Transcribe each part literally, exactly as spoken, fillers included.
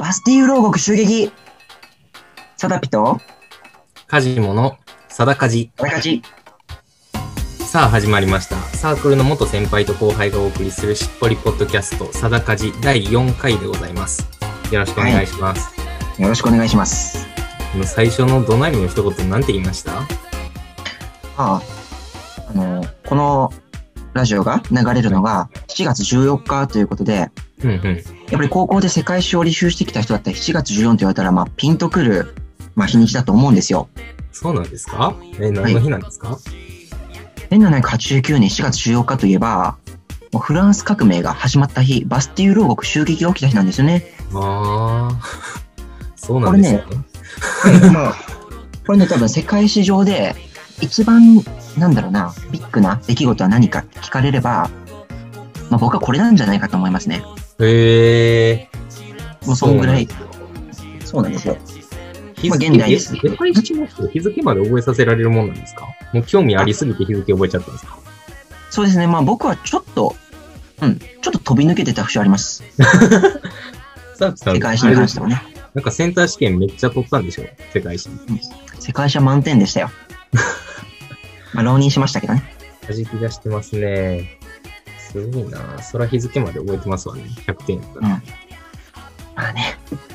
バスティーユ牢獄襲撃。サダピとカジモのサダカジ。 サダカジ。 さあ始まりました。サークルの元先輩と後輩がお送りするしっぽりポッドキャストサダカジだいよんかいでございます。よろしくお願いします。 はい、よろしくお願いします。 最初の怒鳴りの一言なんて言いました？ ああ、あのこのラジオが流れるのがしちがつじゅうよっかということで、 うんうん、 やっぱり高校で世界史を履修してきた人だったらしちがつじゅうよっかと言われたら、まあ、ピンとくる、まあ、日にちだと思うんですよ。 そうなんですか？え、何の日なんですか？はい、 せんななひゃくはちじゅうきゅうねんしちがつじゅうよっかといえば、もうフランス革命が始まった日、バスティーユ牢獄襲撃が起きた日なんですよね。 ああ、そうなんですね。 これね、まあ、これね、多分世界史上で一番、なんだろうな、ビッグな出来事は何かって聞かれれば、まあ、僕はこれなんじゃないかと思いますね。 へえ。 もうそんぐらい。そうなんですよ。 まあ、現代です。世界史の日付まで覚えさせられるもんなんですか？もう興味ありすぎて日付覚えちゃったんですか？ そうですね。まあ僕はちょっと、うん、ちょっと飛び抜けてた節あります。 ささ世界史に関してはね。 なんかセンター試験めっちゃ取ったんでしょ？世界史。うん、 世界史は満点でしたよ。まあ浪人しましたけどね。 弾き出してますね。すごいな。そら日付まで覚えてますわね。ひゃくてんやったら。うん。 まあね。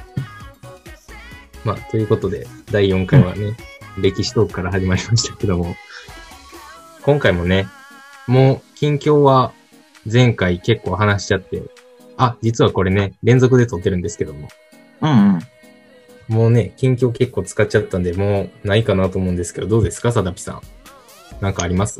まあ、ということで、だいよんかいはね、うん、歴史トークから始まりましたけども、今回もね、もう近況は前回結構話しちゃって、あ、実はこれね、連続で撮ってるんですけども。 うんうん。 もうね、近況結構使っちゃったんで、もうないかなと思うんですけど、どうですか、サダピさん。なんかあります？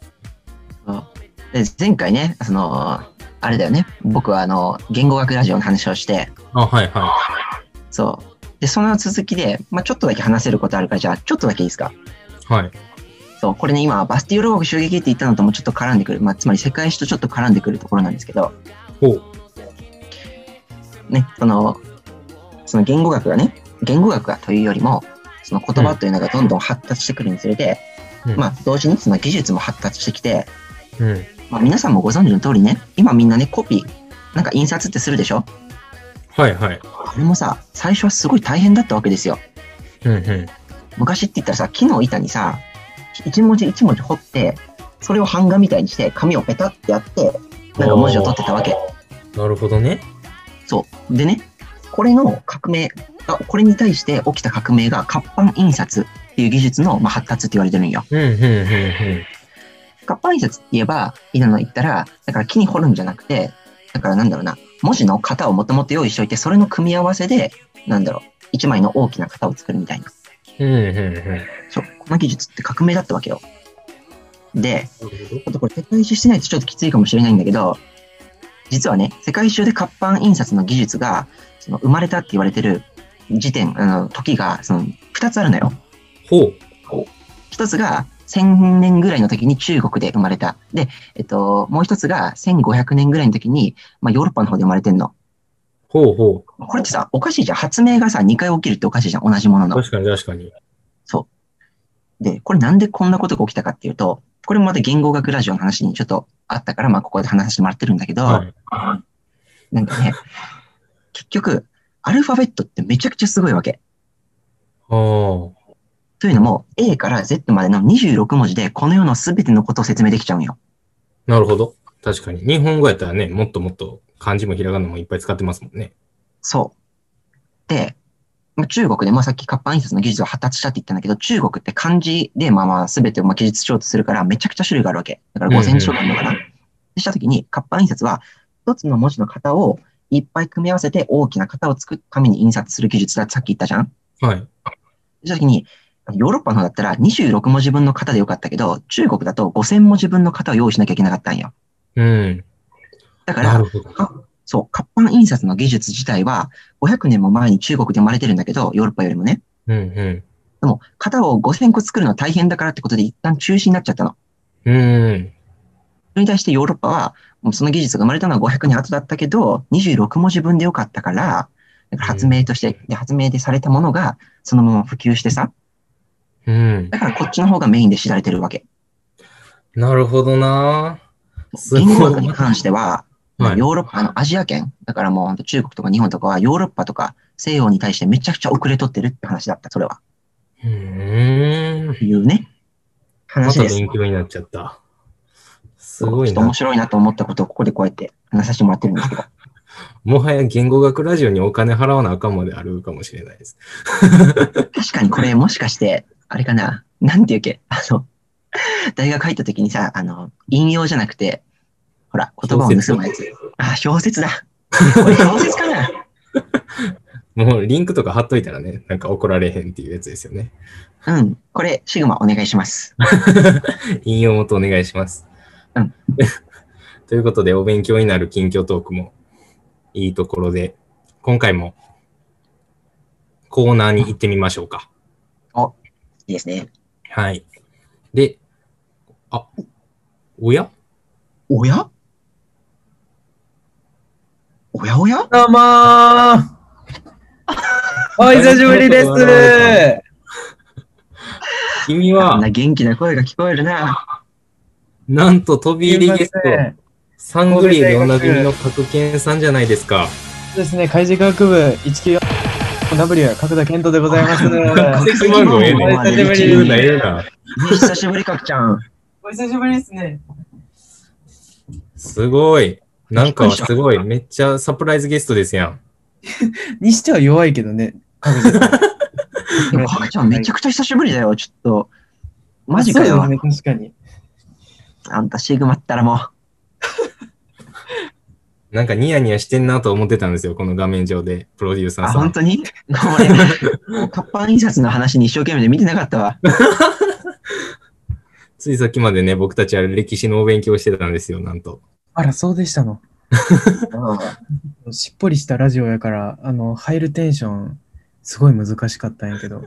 で前回ね、その、あれだよね。僕はあの、言語学ラジオの話をして。 あ、はいはい。 そう。で、その続きで、まあちょっとだけ話せることあるから、じゃあ、ちょっとだけいいですか？ はい。 そう、これね、今、バスティーユ牢獄襲撃って言ったのともちょっと絡んでくる。まあ、つまり世界史とちょっと絡んでくるところなんですけど。 ほう。 ね、その、その言語学がね、言語学がというよりも、その言葉というのがどんどん発達してくるにつれて、うん、まあ、同時にその技術も発達してきて、うん、まあ、皆さんもご存知の通りね、今みんなね、コピー、なんか印刷ってするでしょ？ はいはい。 あれもさ、最初はすごい大変だったわけですよ。 うんうん。 昔って言ったらさ、木の板にさ、一文字一文字彫って、それを版画みたいにして、紙をペタってやって、なんか文字を取ってたわけ。 なるほどね。 そう。でね、これの革命、これに対して起きた革命が活版印刷っていう技術の、まあ、発達って言われてるんよ。 うんうんうんうん。 活版印刷って言えば、今の言ったら、だから木に彫るんじゃなくて、だからなんだろうな、文字の型をもともと用意しておいて、それの組み合わせで、なんだろう、一枚の大きな型を作るみたいな。 うんうんうん。 そう、この技術って革命だったわけよ。で、ちょっとこれ世界史してないとちょっときついかもしれないんだけど、実はね、世界中で活版印刷の技術がその生まれたって言われてる時点、あの時がそのふたつあるのよ。 ほう。 一つがせんねんぐらいの時に中国で生まれた。で、えっと、もう一つがせんごひゃくねんぐらいの時に、まあ、ヨーロッパの方で生まれてんの。 ほうほう。 これってさ、おかしいじゃん。発明がさ、にかい起きるっておかしいじゃん。同じものの。 確かに確かに。 そう。で、これなんでこんなことが起きたかっていうと、これもまた言語学ラジオの話にちょっとあったから、まあここで話してもらってるんだけど、はい、なんかね、結局、アルファベットってめちゃくちゃすごいわけ。 というのも、A から Z までのにじゅうろくもじでこの世のすべてのことを説明できちゃうんよ。 なるほど。確かに。日本語やったらね、もっともっと漢字もひらがなもいっぱい使ってますもんね。 そう。で、中国でもさっき活版印刷の技術が発達したって言ったんだけど、中国って漢字でまあまあ全てをまあ記述しようとするからめちゃくちゃ種類があるわけ。だからごせんちょうあるのかな。でしたときに活版印刷は一つの文字の型をいっぱい組み合わせて大きな型を作る紙に印刷する技術だってさっき言ったじゃん。 はい。 でしたときに、ヨーロッパの方だったらにじゅうろくもじぶんの型でよかったけど、中国だとごせんもじぶんの型を用意しなきゃいけなかったんよ。 うん。 だから、そう、活版印刷の技術自体はごひゃくねんも前に中国で生まれてるんだけど、ヨーロッパよりもね。 うんうん。 でも、型をごせんこ作るのは大変だからってことで一旦中止になっちゃったの。 うん。 それに対してヨーロッパは、もうその技術が生まれたのはごひゃくねんごだったけど、にじゅうろくもじぶんでよかったから、発明として、で発明でされたものがそのまま普及してさ。 うん。 だからこっちの方がメインで知られてるわけ。 なるほどな。 言語学に関しては、 はいヨーロッパ、あの、アジア圏、だからもう本当中国とか日本とかはヨーロッパとか西洋に対してめちゃくちゃ遅れとってるって話だった、それは。 うーん。 いうね、 ま話です。 た勉強になっちゃった。すごいなちょっと面。白いなと思ったことをここでこうやって話させてもらってるんですけど。 もはや言語学ラジオにお金払わなあかんまであるかもしれないです。 確かにこれもしかして、あれかな、なんていうっけ、あの、大学入った時にさ、あの、引用じゃなくて、ほら、言葉を盗むやつ。あ、小説だ。これ小説かな。 もうリンクとか貼っといたらね、なんか怒られへんっていうやつですよね。 うん。これ、シグマお願いします。 引用元お願いします。 うん。 ということで、お勉強になる近況トークもいいところで、今回もコーナーに行ってみましょうか。 お、いいですね。 はい。で、あ、おやおやおやおやどうもーお久しぶりです君はあんな、元気な声が聞こえるな。 なんと飛び入りゲストすいません、 サングリーでおなじみの角健さんじゃないですか。 そうですね、海事学部 いちきゅうよんダブリュー 角田健人でございます。 国籍番号ええねん。 お久しぶりです言うな言うな。 ね久しぶり、かくちゃん。 お久しぶりですね。 すごい。なんかすごい。めっちゃサプライズゲストですやん。 にしては弱いけどね、角田さん。 でも、かくちゃんめちゃくちゃ久しぶりだよ。ちょっと。マジかよ。 そうですね、確かに。 あんたシグマったらもなんかニヤニヤしてんなと思ってたんですよ。この画面上で、プロデューう。あ、 サーさん。 本当に俺、活版印刷の話に一生懸命で見てなかったわ。 ついさっきまでね、僕たちは歴史のお勉強してたんですよ、なんと。 あら、そうでしたの。しっぽりしたラジオやから、あの、入るテンション、すごい難しかったんやけど。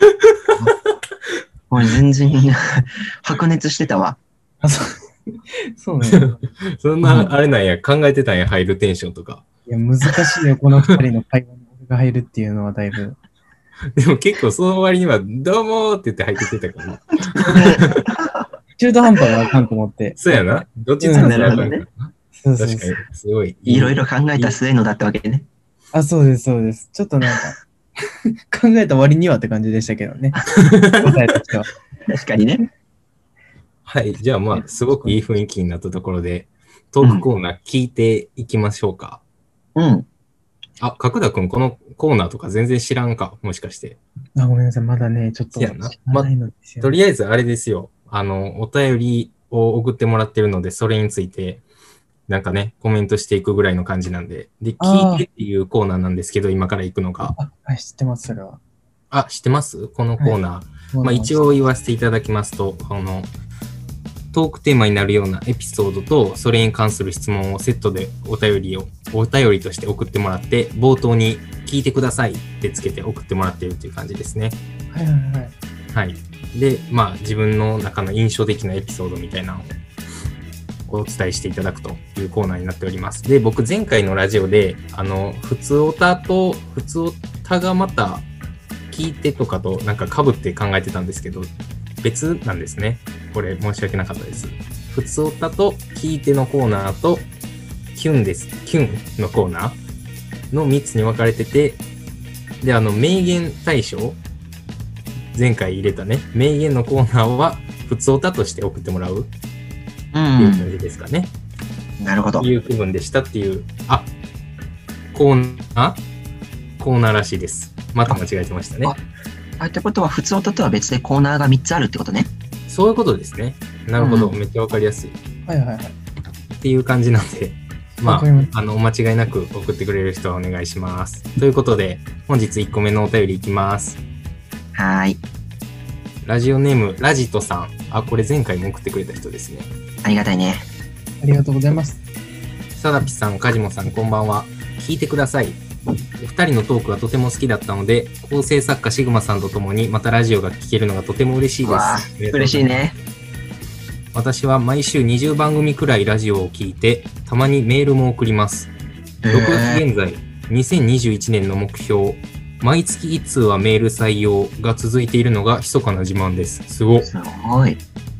これ全然白熱してたわ。 あ、そう、そうね。 そんな、あれなんや、考えてたんや、入るテンションとか。 いや、難しいよ、この二人の会話に俺が入るっていうのはだいぶ。 でも結構その割には、どうもーって言って入ってきてたから。 中途半端はあかんと思って。 そうやな。どっちつかずわかんないからな。 そうそうそう確かに、すごい。 いろいろ考えた末のだったわけね。 あ、そうです、そうです。ちょっとなんか、考えた割にはって感じでしたけどね。答えとしては。 確かにね。 はい。じゃあまあ、すごくいい雰囲気になったところで、トークコーナー聞いていきましょうか。 うん。 あ、角田くん、このコーナーとか全然知らんか、もしかして。 あ、ごめんなさい。まだね、ちょっとせやな知らないのですよ、 とりあえずあれですよ。あの、お便りを送ってもらってるので、それについて、なんかね、コメントしていくぐらいの感じなんで。で、聞いてっていうコーナーなんですけど、今から行くのが。 あ、はい、知ってます、それは。 あ、知ってますこのコーナー。まあ一応。 応言わせていただきますと、あの、トークテーマになるようなエピソードと、それに関する質問をセットでお便りを、お便りとして送ってもらって、冒頭に聞いてくださいってつけて送ってもらってるっていう感じですね。 はいはいはい。 はい。で、まあ自分の中の印象的なエピソードみたいなのをお伝えしていただくというコーナーになっております。で、僕前回のラジオで、あの、普通オタと、普通オタがまた聞いてとかとなんか被って考えてたんですけど、別なんですね。これ申し訳なかったです。普通オタと聞いてのコーナーとキュンです。キュンのコーナーのみっつに分かれてて、で、あの、名言大賞前回入れたね、名言のコーナーは普通オタとして送ってもらううっていう感じですかね。 ん。なるほどと。いう気分でしたっていう、あ、コーナーコーナーらしいです。また間違えてましたね。 あ、ってことは、普通音とは別でコーナーがみっつあるってことね。 そういうことですね。なるほど。 うんめっちゃわかりやすい。 はいはいはい。 っていう感じなんで、まわかりましあ、あの、お間違いなく送ってくれる人はお願いします。ということで、本日いっこめのお便りいきます。 はーい。 ラジオネーム、ラジトさん。あ、これ前回も送ってくれた人ですね。 ありがたいね。 ありがとうございます。 サダピさん、カジモさん、こんばんは。聞いてください。お二人のトークがとても好きだったので、構成作家シグマさんと共にまたラジオが聞けるのがとても嬉しいでわあす。 嬉しい。ね。 私は毎週にじゅうばん組くらいラジオを聞いて、たまにメールも送ります。 へろくがつー現在、にせんにじゅういちねんの目標、毎月いち通はメール採用が続いているのが密かな自慢です。すごっ。 すごい。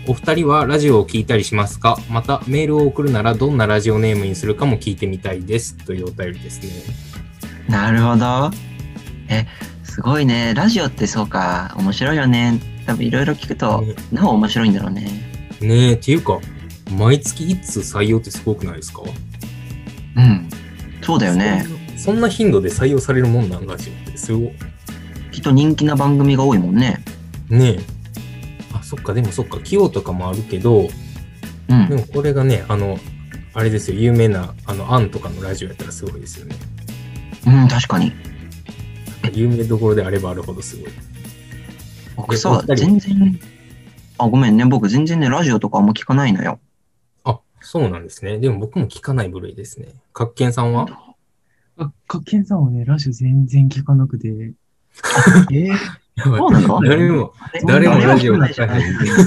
お二人はラジオを聞いたりしますか？またメールを送るならどんなラジオネームにするかも聞いてみたいですというお便りですね。 なるほど。え、すごいね。ラジオってそうか。面白いよね。多分いろいろ聞くと、 ねなお面白いんだろうね。 ねえ、っていうか、毎月いっつう採用ってすごくないですか？ うん。そうだよね。 そんな、そんな頻度で採用されるもんなん、ラジオって。すごい。 きっと人気な番組が多いもんね。 ねえ。あ、そっか、でもそっか、起用とかもあるけど、 うんで。もこれがね、あの、あれですよ、有名な、あの、アンとかのラジオやったらすごいですよね。 うん、確かに。 有名どころであればあるほどすごい。 僕さえお二、人全然、あ、ごめんね。僕全然ね、ラジオとかあんま聞かないのよ。 あ、そうなんですね。でも僕も聞かない部類ですね。かっけんさんは？ あ、かっけんさんはね、ラジオ全然聞かなくて。えー、 やばいそうなの誰も、 え誰もラジオ誰も聞かないじゃない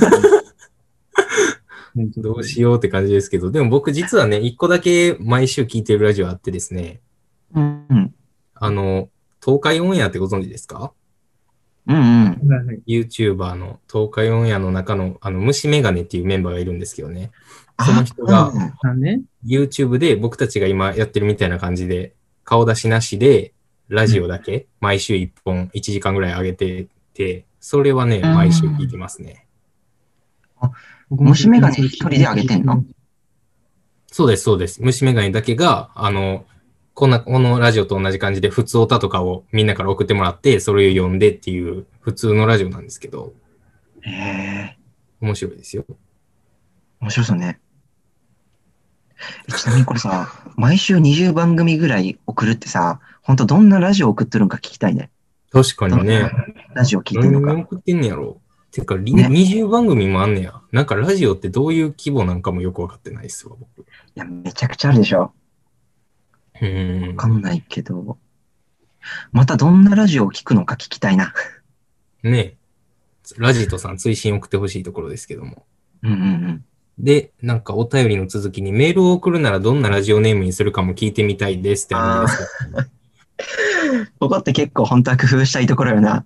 ねちょっとどうしようって感じですけど、でも僕実はね、一個だけ毎週聞いてるラジオあってですね、 うんうん。 あの、東海オンエアってご存知ですか？ うんうん。 はいはい YouTuber の東海オンエアの中の、あの、虫眼鏡っていうメンバーがいるんですけどね。 あその人がうんうんなんね。 YouTube で僕たちが今やってるみたいな感じで、顔出しなしで、ラジオだけ毎週いっぽんいちじかんぐらい上げてて、それはね、 うん毎週聞いてますね。 僕も虫眼鏡一人であげてんの？ そうです、そうです。虫眼鏡だけが、あの、こんな、このラジオと同じ感じで、普通歌とかをみんなから送ってもらって、それを読んでっていう普通のラジオなんですけど、 へえ、 面白いですよ。 面白そうね。えちなみにこれさ、毎週にじゅうばん組ぐらい送るってさ、ほんとどんなラジオ送ってるんか聞きたいね。 確かにどんなね。 ラジオ聞いてんのか。 何送ってんねやろ。てか、りねにじゅうばん組もあんねや。なんかラジオってどういう規模なんかもよくわかってないっすわ、僕。 いや、めちゃくちゃあるでしょ。 うーん。 わかんないけど。またどんなラジオを聞くのか聞きたいな。 ねえ。ラジトさん追伸送ってほしいところですけども。 うんうんうん。 で、なんかお便りの続きにメールを送るならどんなラジオネームにするかも聞いてみたいですってあるんですけど。 ここって結構本当は工夫したいところよな。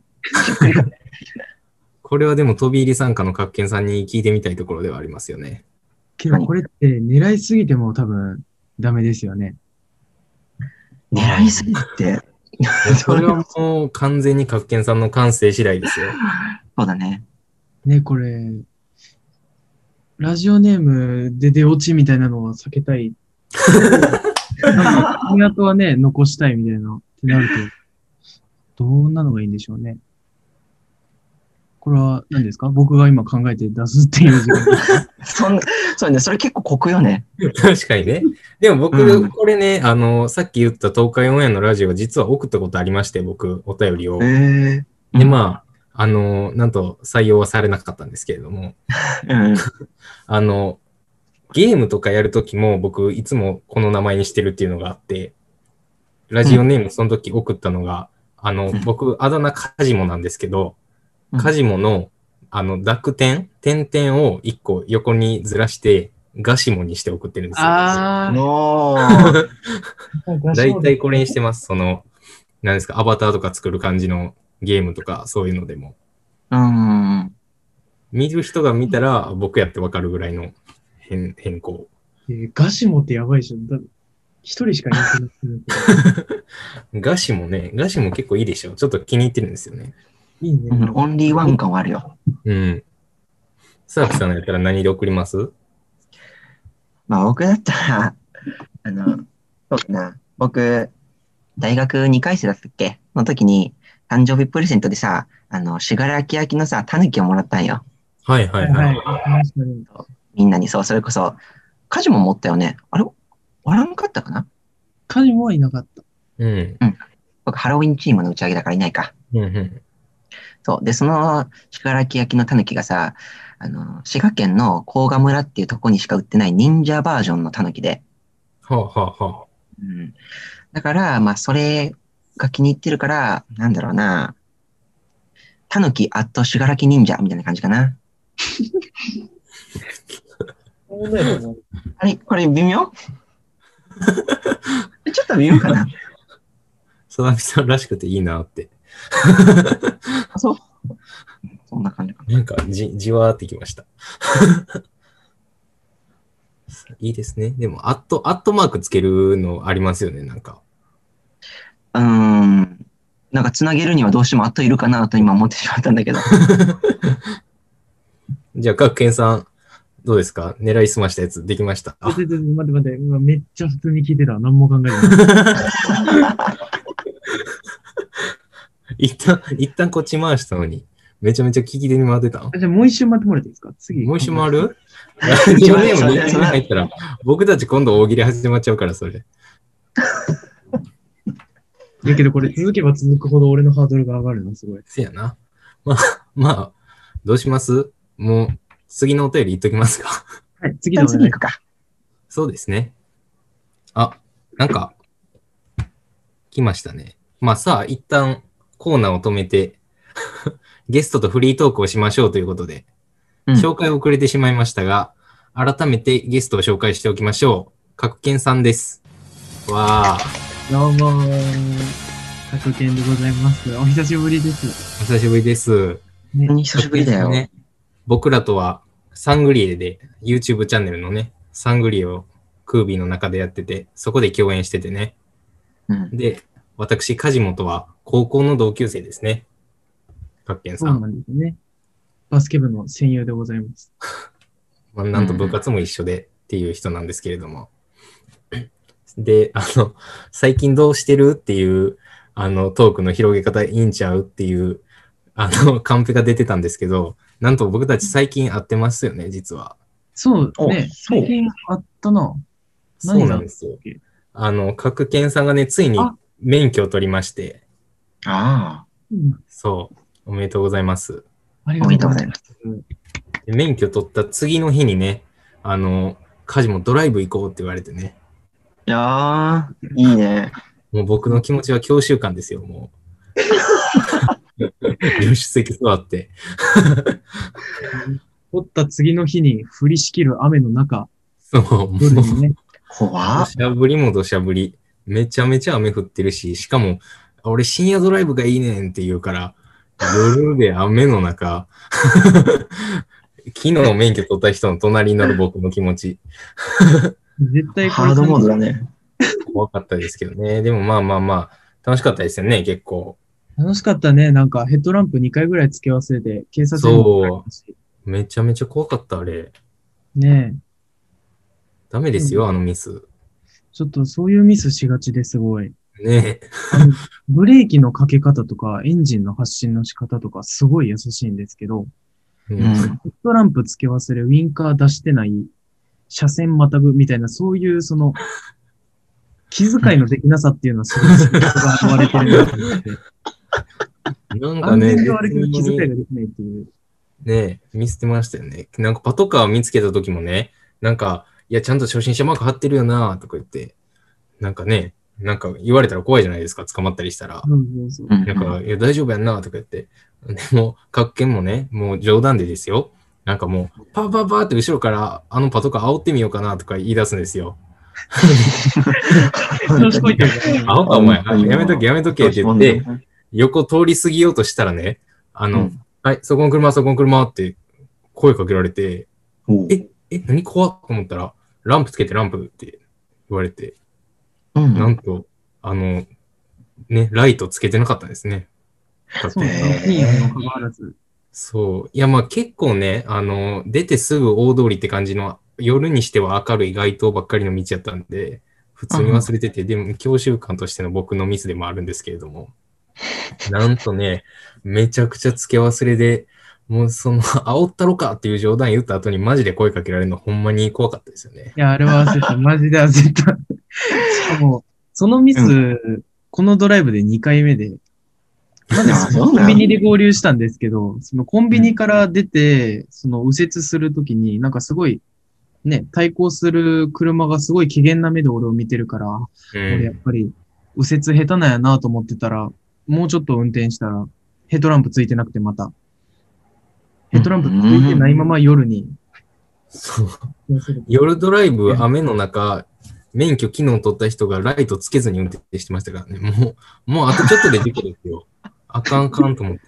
これはでも飛び入り参加の各県さんに聞いてみたいところではありますよね。 けどこれって狙いすぎても多分ダメですよね。 狙いすぎて。 それはもう完全に各県さんの感性次第ですよ。 そうだね。 ね、これ、ラジオネームで出落ちみたいなのは避けたい。なんか、あとはね、残したいみたいな、ってなると、どんなのがいいんでしょうね。これは何ですか？僕が今考えて出すっていう時間ですか？ そんな、そうね、それ結構酷よね。 確かにね。でも僕、 うんこれね、あの、さっき言った東海オンエアのラジオ実は送ったことありまして、僕、お便りを。 ええで、まあ、あの、なんと採用はされなかったんですけれども、 うん。 あの、ゲームとかやるときも僕、いつもこの名前にしてるっていうのがあって、ラジオネームその時送ったのが、あの、 うん僕、あだ名カジモなんですけど、 うんカジモの、あの、濁点、点々を一個横にずらして、ガシモにして送ってるんですよ。 あおー。 ー。 だいたいこれにしてます。その、なんですか、アバターとか作る感じのゲームとか、そういうのでも。 うん。 見る人が見たら、僕やってわかるぐらいの変変更。 えーガシモってやばいでしょ。だ一人しかいなくなってる。 ガシもね、ガシも結構いいでしょ。ちょっと気に入ってるんですよね。 いいね。 うん、オンリーワン感はあるよ。 うん。サーキさんのやったら何で送ります？ まあ僕だったら、あの、そうだな。僕、大学にかい生だったっけの時に、誕生日プレゼントでさ、あの、しがらき焼きのさ、タヌキをもらったんよ。 はいはいは。 はいい。 確かに。 みんなに、そう、それこそ、家事も持ったよね。あれおらんかったかな？ カジモはいなかった。 うん。 僕、ハロウィンチームの打ち上げだからいないか。 うんうん。 そう。で、その、しがらき焼きのタヌキがさ、あの、滋賀県の甲賀村っていうとこにしか売ってない忍者バージョンのタヌキで。 はあはあはあ。 うん。だから、まあ、それが気に入ってるから、なんだろうな。タヌキアットしがらき忍者みたいな感じかな。あれこれ微妙ちょっと微妙かな。 佐々木さんらしくていいなって。 あそう。 そんな感じかな。 なんかじ、じわーってきました。いいですね。でも、アット、アットマークつけるのありますよね、なんか。 うーん。なんかつなげるにはどうしても後いるかなと今思ってしまったんだけど。 じゃあ、各県さん、どうですか？狙いすましたやつできました？ 待って待って待って待って、うわめっちゃ普通に聞いてた。何も考えてない。 一旦、一旦こっち回したのに、めちゃめちゃ聞き手に回ってたん？ じゃあもう一周待ってもらっていいですか？次。 もう一周回る？ラジオネームに入ったら、僕たち今度大喜利始まっちゃうから、それ。 だけどこれ続けば続くほど俺のハードルが上がるの、すごい。 せやな。まあ、まあ、どうします？もう、次のお便り言っときますか。 はい、次のお願い次行くか。 そうですね。あ、なんか、来ましたね。まあさあ、一旦コーナーを止めて、ゲストとフリートークをしましょうということで、 うん紹介遅れてしまいましたが、改めてゲストを紹介しておきましょう。角健さんです。わー、 どうもー。角健でございます。お久しぶりです。 お久しぶりです。 ね、 久しぶりだよ。 ね、僕らとはサングリエで YouTube チャンネルのね、サングリエをクービーの中でやってて、そこで共演しててね。 うん。 で、私、梶本は高校の同級生ですね。角健さ。 そうんなんですね。バスケ部の戦友でございます。 まあ、なんと部活も一緒でっていう人なんですけれども。で、あの、最近どうしてるっていう、あの、トークの広げ方いいんちゃうっていう、あの、カンペが出てたんですけど、なんと僕たち最近会ってますよね、実は。 そうね、 そう最近あったな。 そうなんですよ。あの、角健さんがね、ついにあ免許を取りまして、 あうん、 そう、おめでとうございます。 ありあ、おめでとうございまます。 で免許取った次の日にね、あの、梶もドライブ行こうって言われてね、 いやー、いいね。 もう僕の気持ちは教習官ですよ、もう。助手席座って。 取った次の日に降りしきる雨の中、 そう、もう、 夜にね、 怖っ。 土砂降りも土砂降り。めちゃめちゃ雨降ってるし、しかも、俺深夜ドライブがいいねんって言うから、夜で雨の中、昨日免許取った人の隣に乗る僕の気持ち、 絶対これハードモードだね。 怖かったですけどね。でもまあまあまあ、楽しかったですよね、結構。 楽しかったね。なんかヘッドランプにかいぐらい付け忘れて、警察にもそうかかったし。 めちゃめちゃ怖かった、あれ。 ねえ。 ダメですよ、あのミス。 ちょっとそういうミスしがちですごい。 ねあのブレーキのかけ方とか、エンジンの発進の仕方とか、すごい優しいんですけど、 え。ううんん。 ヘッドランプ付け忘れ、ウィンカー出してない、車線またぐみたいな、そういうその、気遣いのできなさっていうのはすごい仕事が現れてるなと思って。 なんかね、 安全で悪けど気遣いが別にできないっていう。 ね見捨てましたよね。なんかパトカー見つけた時もね、なんか、いや、ちゃんと初心者マーク貼ってるよなとか言って、なんかね、なんか言われたら怖いじゃないですか、捕まったりしたら。 そうそうそう。 うんなんか、いや、大丈夫やんなとか言って。でも、各県もね、もう冗談でですよ。なんかもう、パーパーパーって後ろから、あのパトカー煽ってみようかなとか言い出すんですよ。 調子こいてるからね。 青かお前、あやめとけやめとけって言って、横通り過ぎようとしたらね、あの、 うんはい、そこの車、そこの車って声かけられて、 おうえ、え、何怖っと思ったら、ランプつけてランプって言われて、 うんなんと、あの、ね、ライトつけてなかったんですね。 そうへね。 ーいいにもかかわらず。 そう。いや、まあ結構ね、あの、出てすぐ大通りって感じの、夜にしては明るい街灯ばっかりの道やったんで、普通に忘れてて、でも教習官としての僕のミスでもあるんですけれども、なんとね、めちゃくちゃ付け忘れで、もうその、煽ったろかっていう冗談言った後にマジで声かけられるのほんまに怖かったですよね。 いや、あれは焦った。マジで焦った。しかも、そのミス、 うこのドライブでにかいめで、まずあそうなのコンビニで合流したんですけど、そのコンビニから出て、その右折するときに、なんかすごい、ね、対向する車がすごい機嫌な目で俺を見てるから、 う俺やっん。 ぱり右折下手なんやなと思ってたら、もうちょっと運転したら、ヘッドランプついてなくてまた。ヘッドランプついてないまま夜に。 そう。夜ドライブ、雨の中、免許昨日取った人がライトつけずに運転してましたからね。もう、もうあとちょっとで事故ですよ。あかんあかんと思って。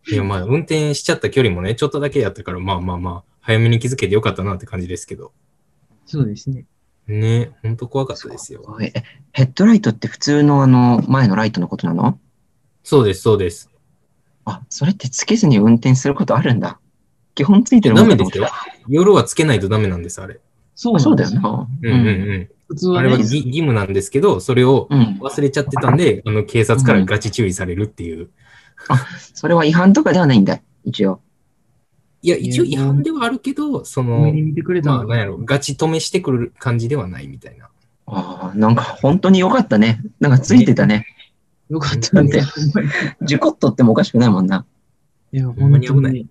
いや、まあ、運転しちゃった距離もね、ちょっとだけやったから、まあまあまあ、早めに気づけてよかったなって感じですけど。 そうですね。 ね、ほんと怖かったですよ。 え、ヘッドライトって普通のあの、前のライトのことなの？ そうです、そうです。 あ、それってつけずに運転することあるんだ。基本ついてるもダんかと思ってた。 メですよ。夜はつけないとダメなんです、あれ。 あ、そうそうなんです。 だよな。 うんうんうん。 普通はねあれは、義義務なんですけど、それをうん。 忘れちゃってたんで、あの、警察からガチ注意されるっていう。 あ、それは違反とかではないんだ、一応。 いや、一応違反ではあるけど、その上に、見てくれたまあ、 のなんやろ、ガチ止めしてくる感じではないみたいな。 ああ、なんか本当に良かったね。なんかついてたね。 よかったね。 だって事故っとってもおかしくないもんな。 いや、 ほんま本当に危ないに。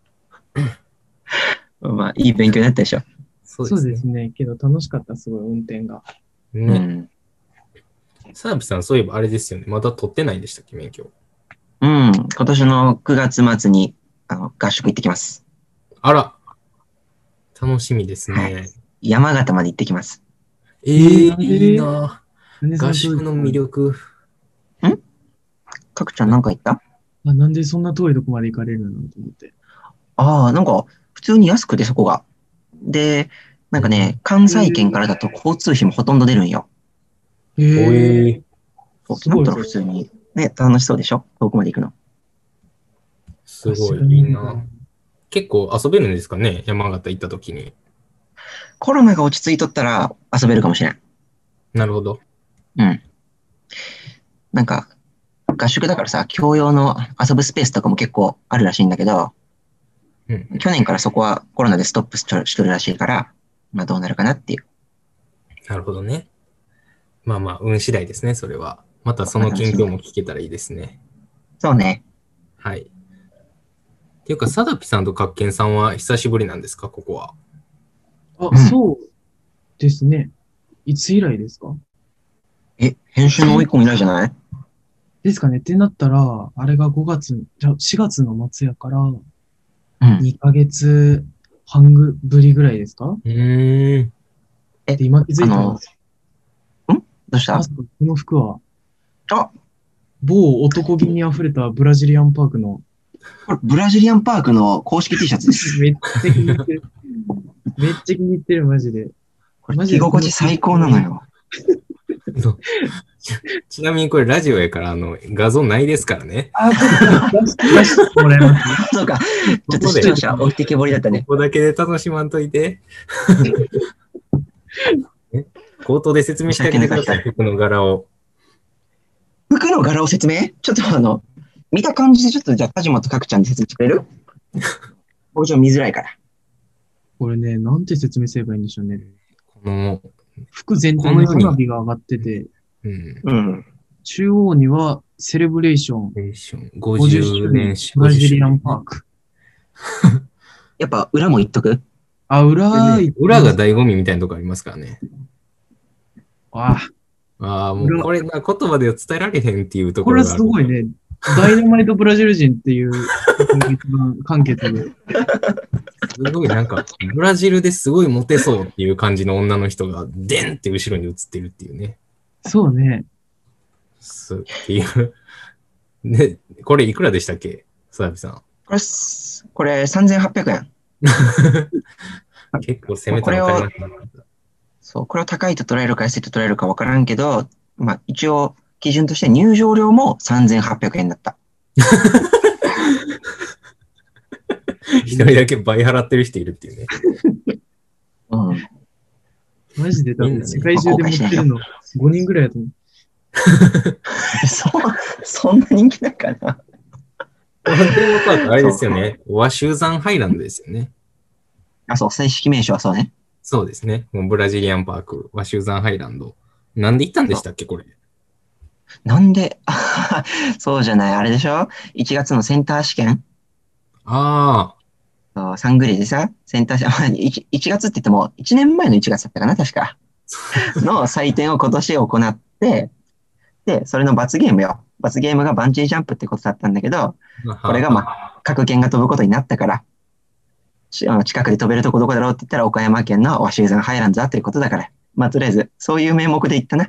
まあ、いい勉強になったでしょ。 そうそうですね。 ですね。けど楽しかった、すごい、運転が。 うね。 ん。 サービスさん、そういえばあれですよね。まだ取ってないんでしたっけ、免許。 うん。今年のくがつ末にあの合宿行ってきます。 あら、楽しみですね。 はい山形まで行ってきます。 えええーなんでいいななんでそんな合宿の魅力。 かくちゃんなんか言った？ あ、なんでそんな遠いとこまで行かれるのと思って。 ああ、なんか普通に安くてそこが。で、なんかね、関西圏からだと交通費もほとんど出るんよ。 おえー、 えそうすごいだったら普通に。ね、楽しそうでしょ？遠くまで行くの。 すごいいいな結構遊べるんですかね、山形行った時に。 コロナが落ち着いとったら遊べるかもしれん。 なるほど。 うん。なんか、合宿だからさ、共用の遊ぶスペースとかも結構あるらしいんだけど、 うん。 去年からそこはコロナでストップしとるしとるらしいから、まあどうなるかなっていう。 なるほどね。まあまあ、運次第ですね、それは。またその近況も聞けたらいいですね。 そうね。 はい。っていうか、サダピさんとカッケンさんは久しぶりなんですか、ここは。 あ、 うんそうですね。いつ以来ですか？ え、編集の追い込みないじゃない？ ですかね。ってなったら、あれがごがつ、じゃあしがつの末やから、 うん。 にかげつはんぐぶりぐらいですか？ うーん。 えで、今気づいたんです。 どうしたまさかこの服は、 あ、 某男気に溢れたブラジリアンパークの、 これブラジリアンパークの公式 T シャツです。 めっちゃ気に入ってる。めっちゃ気に入ってる、マジで。 これ着心地最高なのよ。 ちちなみにこれラジオやからあの画像ないですからね。 あ、そうか。出し出してもらいます。 そうか。ちょっと視聴者置いてけぼりだったね。 ここだけで楽しまんといて。口頭で説明してあげてください、服の柄を。 服の柄を説明ちょっとあの、見た感じでちょっとじゃあ、田島とかくちゃんで説明してくれる？僕ちょっと見づらいから。 これね、なんて説明すればいいんでしょうね。 この、 服全体に花火が上がってて、 うん。 うん。 中央にはセレブレーションごじゅうねんブラジリアンパーク。 やっぱ裏も言っとく？ あ、裏い、 裏が醍醐味みたいなとこありますからね。 あ、 ああ、もうこれな言葉では伝えられへんっていうとここれはろがある。 すごいね。ダイナマイトブラジル人っていう、一番簡潔で。 すごいなんか、ブラジルですごいモテそうっていう感じの女の人が、デンって後ろに映ってるっていうね。 そうね。 すっていう。で、これいくらでしたっけ、サービさん。 これす、これさんぜんはっぴゃくえん。 結構攻めたの買いましたね。 そう、これを高いと捉えるか安いと捉えるかわからんけど、まあ一応基準として入場料もさんぜんはっぴゃくえんだった。 一人だけ倍払ってる人いるっていうね。 うん。 マジで多みんなね分世界中で持ってるのごにんぐらいだと思う。 そ、そんな人気ないかな。 このテーマパークあれですよね。和集山ハイランドですよね。 あ、そう、正式名称はそうね。 そうですね。もうブラジリアンパーク、和集山ハイランド。なんで行ったんでしたっけ、これ。 なんで、あそうじゃない、あれでしょ？ いち 月のセンター試験あそうサングリでさ、センター試験、まあ 1, いちがつって言っても、いちねんまえのいちがつだったかな、確か。の採点を今年行って、で、それの罰ゲームよ。罰ゲームがバンジージャンプってことだったんだけど、 あ。 これがまあ、各県が飛ぶことになったから、しあの近くで飛べるとこどこだろうって言ったら岡山県の和集山ハイランズだということだから、まあとりあえず、そういう名目で行ったな。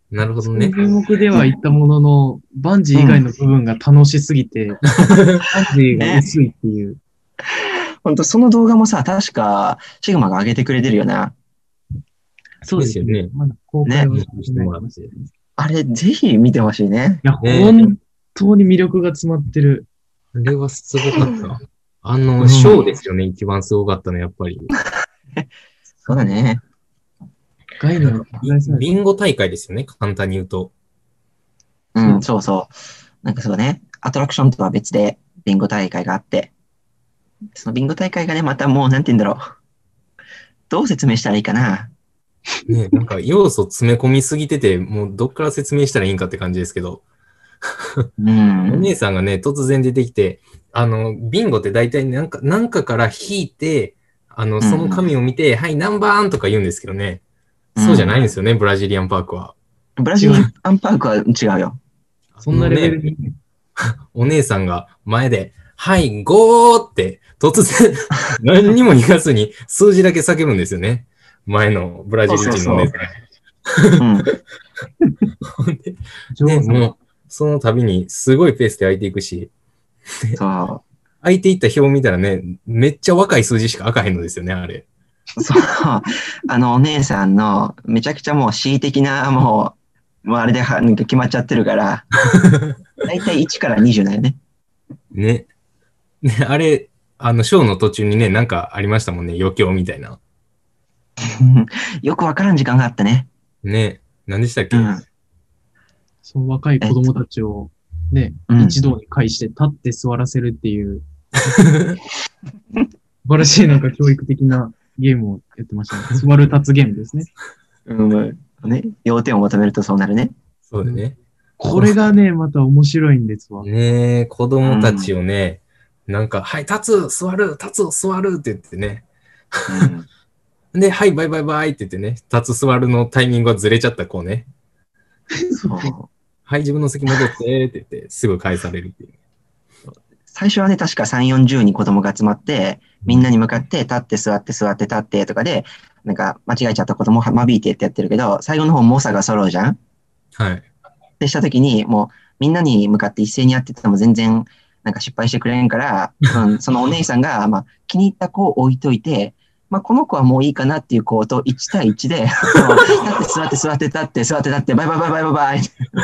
なるほどね。 注目では言ったものの、バンジー以外の部分が楽しすぎて、バンジーが薄いっていう。 ほんと、その動画もさ、確か、シグマが上げてくれてるよな。 そうですよね。まだ公開はしてないかもしれない。 あれ、ぜひ見てほしいね。 いや、 ね本当に魅力が詰まってる。 あれはすごかった。あの、ショーですよね、一番すごかったの、やっぱり。 そうだね。 概念が覆されてる。 ビンゴ大会ですよね、簡単に言うと。 うん、そうそう。なんかそうね、アトラクションとは別でビンゴ大会があって、そのビンゴ大会がね、またもう、なんて言うんだろう。どう説明したらいいかな。 ね、なんか要素詰め込みすぎてて、もうどっから説明したらいいんかって感じですけど。 うおん。 姉さんがね、突然出てきて、あの、ビンゴって大体なんか、なんかから引いて、あの、その紙を見て、はい、何番とか言うんですけどね。そうじゃないんですよね、ブラジリアンパークは。 ブラジルアンパークは違うよ。 そんなレベルに。 お姉さんが前で、はい、ゴーって突然何にも言わずに数字だけ叫ぶんですよね。前のブラジル人のお姉さん。うん、で, でもうその度にすごいペースで開いていくし、 そう開いていった表を見たらね、めっちゃ若い数字しか開かへんのですよね、あれ。 そう。あのお姉さんのめちゃくちゃもう恣意的なもう、もうあれではなんか決まっちゃってるから、だいたいいちからにじゅうだよね。 ね。ね、あれ、あの、ショーの途中にね、なんかありましたもんね、余興みたいな。 よくわからん時間があったね。 ね。何でしたっけ、 うん、 そう、若い子供たちをね、 うん、 一堂に会して立って座らせるっていう、素晴らしいなんか教育的なゲームをやってましたね。座る立つゲームですね。 うん、ね。要点を求めるとそうなるね。 そうだね。 これがね、また面白いんですわ。 ねえ、子供たちをね、うん、なんか、はい、立つ、座る、立つ、座るって言ってね。うん、で、はい、バイバイバイって言ってね、立つ、座るのタイミングがずれちゃった子ね。 そうはい、自分の席戻ってって言って、すぐ返されるっていう。 最初はね、確かさん、よんじゅうにん子供が集まって、みんなに向かって、立って座って座って立ってとかで、なんか間違えちゃった子供を間引いてってやってるけど、最後の方猛者が揃うじゃん。 はい。 でしたときに、もうみんなに向かって一斉にやってても全然なんか失敗してくれんから、うん、そのお姉さんが、まあ、気に入った子を置いといて、まあ、この子はもういいかなっていう子といち対いちで、立って座って座って立って座って立って、バイバイバイバイバイバイ。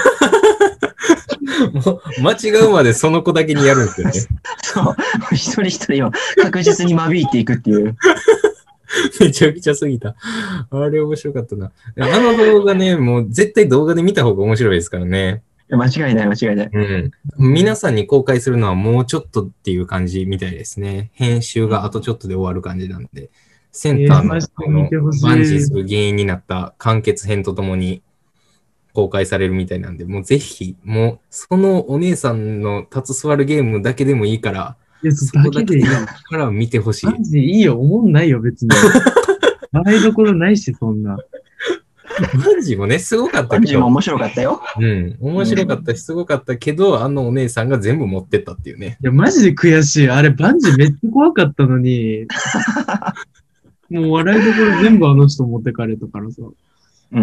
もう間違うまでその子だけにやるんですよね。 そう。一人一人を確実に間引いていくっていう。 めちゃくちゃすぎた。あれ面白かったな。あの動画ね、もう絶対動画で見た方が面白いですからね。 間違いない間違いない。 うん。皆さんに公開するのはもうちょっとっていう感じみたいですね。編集があとちょっとで終わる感じなんで。センターの、 えー、 バンジーする原因になった完結編とともに公開されるみたいなんで、もうぜひ、もうそのお姉さんの立つ座るゲームだけでもいいから、 いや、そこだけでいいから見てほしい。 マジでいいよ、思んないよ、別に。笑いどころないし、そんな。 バンジーもね、すごかったけど。 バンジーも面白かったよ。 うん、面白かったし、すごかったけど、あのお姉さんが全部持ってったっていうね。 いや、マジで悔しい。あれ、バンジーめっちゃ怖かったのに。もう笑いどころ全部あの人持ってかれたからさ。 うん。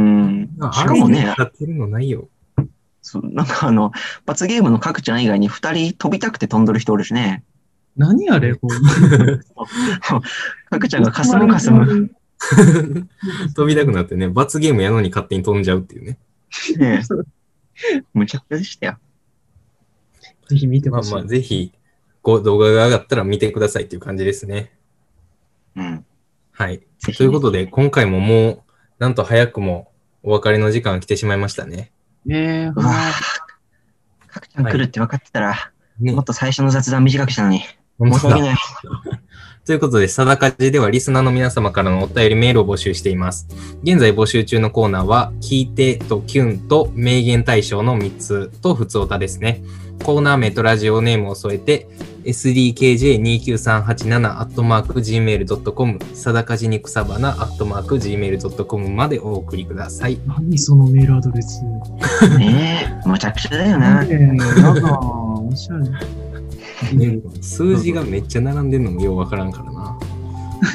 しかもね、 やってるのないよ。 そう、なんかあの、罰ゲームの角ちゃん以外に二人飛びたくて飛んどる人おるしね。 何あれほん角ちゃんがかすむかすむ。 飛びたくなってね、罰ゲームやのに勝手に飛んじゃうっていうね。 ねえ。むちゃくちゃでしたよ。 ぜひ見てほしい。 まあまあ、ぜひ、こう動画が上がったら見てくださいっていう感じですね。 うん。 はい。ということで、今回ももう、なんと早くもお別れの時間が来てしまいましたね。 ねえ、 うわぁ。かくちゃん来るって分かってたら、はい、もっと最初の雑談短くしたのに。申し訳ない。 ということで、さだかじではリスナーの皆様からのお便りメールを募集しています。現在募集中のコーナーは、聞いてとキュンと名言大賞のみっつとふつおたですね。コーナー名とラジオネームを添えて、エスディーケージェーにきゅうさんはちなな アットマーク ジーメールドットコム、さだかじに草花 アットマーク ジーメールドットコム までお送りください。 何そのメールアドレス。 ねえ、むちゃくちゃだよな。 なんか、おしゃれ。 数字がめっちゃ並んでんのもようわからんからな。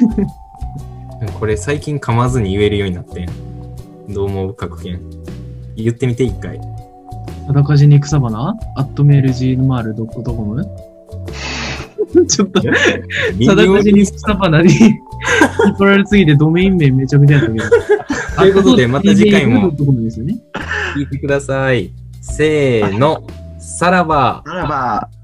これ最近噛まずに言えるようになってん。どう思う？各県。 言ってみて、一回。 ただかじに草花アットメール ジーエムアールドットコム ちょっと、ただかじに草花に引っ張られすぎてドメイン名めちゃくちゃやったけど。 ということで、また次回もですよね。 聞いてください。せーの、さらば。 ならば、